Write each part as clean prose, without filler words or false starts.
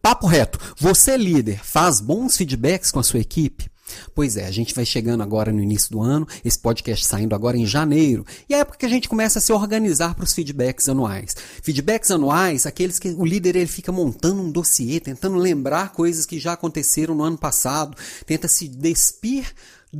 papo reto. Você, líder, faz bons feedbacks com a sua equipe? Pois é, a gente vai chegando agora no início do ano, esse podcast saindo agora em janeiro, e é a época que a gente começa a se organizar para os feedbacks anuais. Feedbacks anuais, aqueles que o líder ele fica montando um dossiê, tentando lembrar coisas que já aconteceram no ano passado, tenta se despir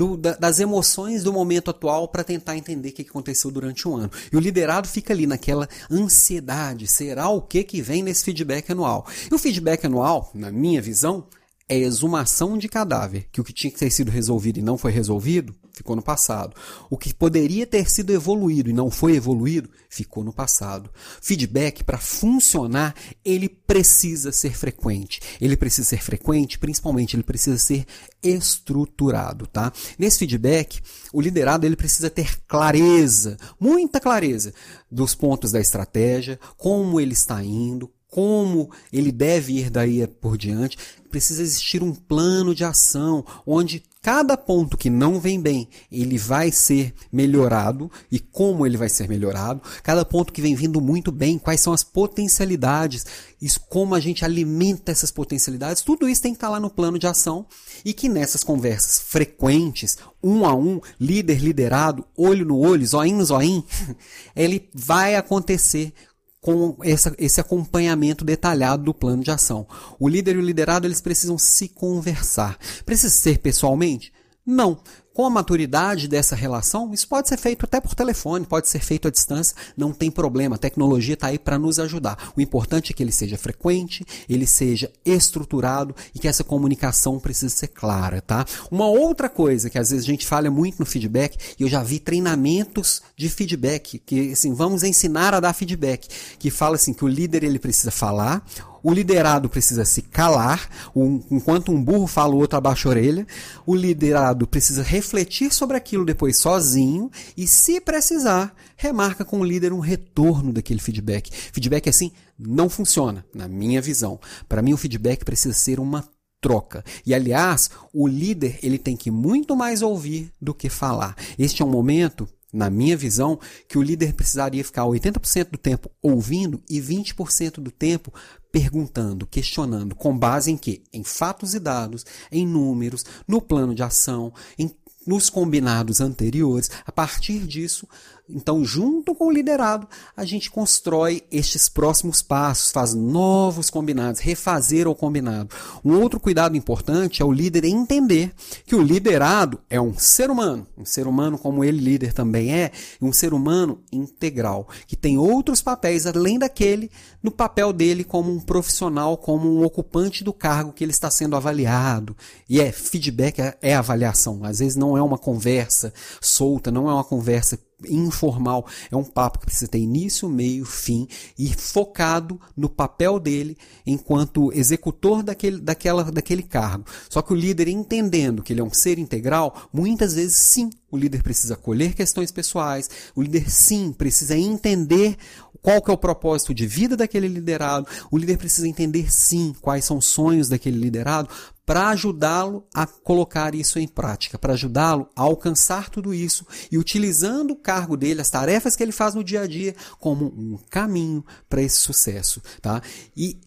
das emoções do momento atual para tentar entender o que aconteceu durante um ano. E o liderado fica ali naquela ansiedade, será o que vem nesse feedback anual? E o feedback anual, na minha visão, é exumação de cadáver, que o que tinha que ter sido resolvido e não foi resolvido, ficou no passado. O que poderia ter sido evoluído e não foi evoluído, ficou no passado. Feedback, para funcionar, ele precisa ser frequente. Ele precisa ser frequente, principalmente, ele precisa ser estruturado, tá? Nesse feedback, o liderado ele precisa ter clareza, muita clareza, dos pontos da estratégia, como ele está indo, como ele deve ir daí por diante. Precisa existir um plano de ação onde cada ponto que não vem bem, ele vai ser melhorado e como ele vai ser melhorado. Cada ponto que vem vindo muito bem, quais são as potencialidades, isso, como a gente alimenta essas potencialidades, tudo isso tem que estar lá no plano de ação e que nessas conversas frequentes, um a um, líder, liderado, olho no olho, zoinho no zoinho, ele vai acontecer com esse acompanhamento detalhado do plano de ação. O líder e o liderado eles precisam se conversar. Precisa ser pessoalmente? Não. Com a maturidade dessa relação, isso pode ser feito até por telefone, pode ser feito à distância, não tem problema, a tecnologia está aí para nos ajudar. O importante é que ele seja frequente, ele seja estruturado e que essa comunicação precisa ser clara, tá? Uma outra coisa que às vezes a gente falha muito no feedback, e eu já vi treinamentos de feedback, que assim, vamos ensinar a dar feedback, que fala assim, que o líder ele precisa falar, o liderado precisa se calar, enquanto um burro fala, o outro abaixa a orelha. O liderado precisa refletir sobre aquilo depois sozinho e, se precisar, remarca com o líder um retorno daquele feedback. Feedback assim não funciona, na minha visão. Para mim, o feedback precisa ser uma troca. E, aliás, o líder ele tem que muito mais ouvir do que falar. Este é um momento, na minha visão, que o líder precisaria ficar 80% do tempo ouvindo e 20% do tempo perguntando, questionando, com base em quê? Em fatos e dados, em números, no plano de ação, nos combinados anteriores. A partir disso, então, junto com o liderado, a gente constrói estes próximos passos, faz novos combinados, refazer o combinado. Um outro cuidado importante é o líder entender que o liderado é um ser humano como ele, líder, também é, um ser humano integral, que tem outros papéis além daquele, no papel dele como um profissional, como um ocupante do cargo que ele está sendo avaliado. E feedback é avaliação, às vezes não é uma conversa solta, não é uma conversa informal, é um papo que precisa ter início, meio, fim e focado no papel dele enquanto executor daquele cargo. Só que o líder, entendendo que ele é um ser integral, muitas vezes sim, o líder precisa acolher questões pessoais, o líder sim precisa entender qual que é o propósito de vida daquele liderado, o líder precisa entender sim quais são os sonhos daquele liderado para ajudá-lo a colocar isso em prática, para ajudá-lo a alcançar tudo isso e utilizando o cargo dele, as tarefas que ele faz no dia a dia, como um caminho para esse sucesso, tá? E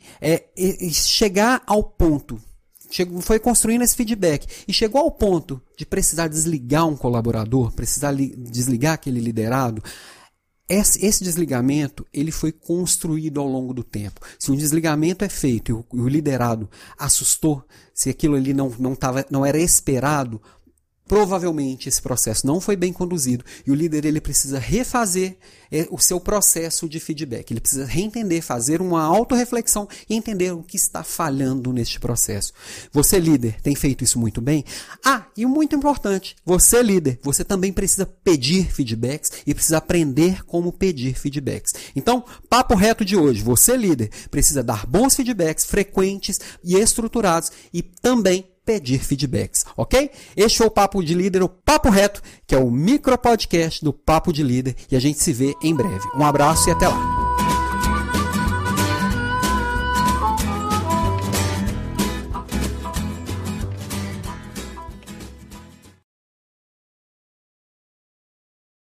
chegar ao ponto, foi construindo esse feedback e chegou ao ponto de precisar desligar um colaborador, precisar desligar aquele liderado. Esse desligamento ele foi construído ao longo do tempo. Se um desligamento é feito e o liderado assustou, se aquilo ali não era esperado, provavelmente esse processo não foi bem conduzido e o líder ele precisa refazer o seu processo de feedback. Ele precisa reentender, fazer uma autorreflexão e entender o que está falhando neste processo. Você, líder, tem feito isso muito bem? E muito importante, você, líder, você também precisa pedir feedbacks e precisa aprender como pedir feedbacks. Então, papo reto de hoje, você, líder, precisa dar bons feedbacks frequentes e estruturados e também pedir feedbacks, ok? Este foi o Papo de Líder, o Papo Reto, que é o micro podcast do Papo de Líder, e a gente se vê em breve. Um abraço e até lá!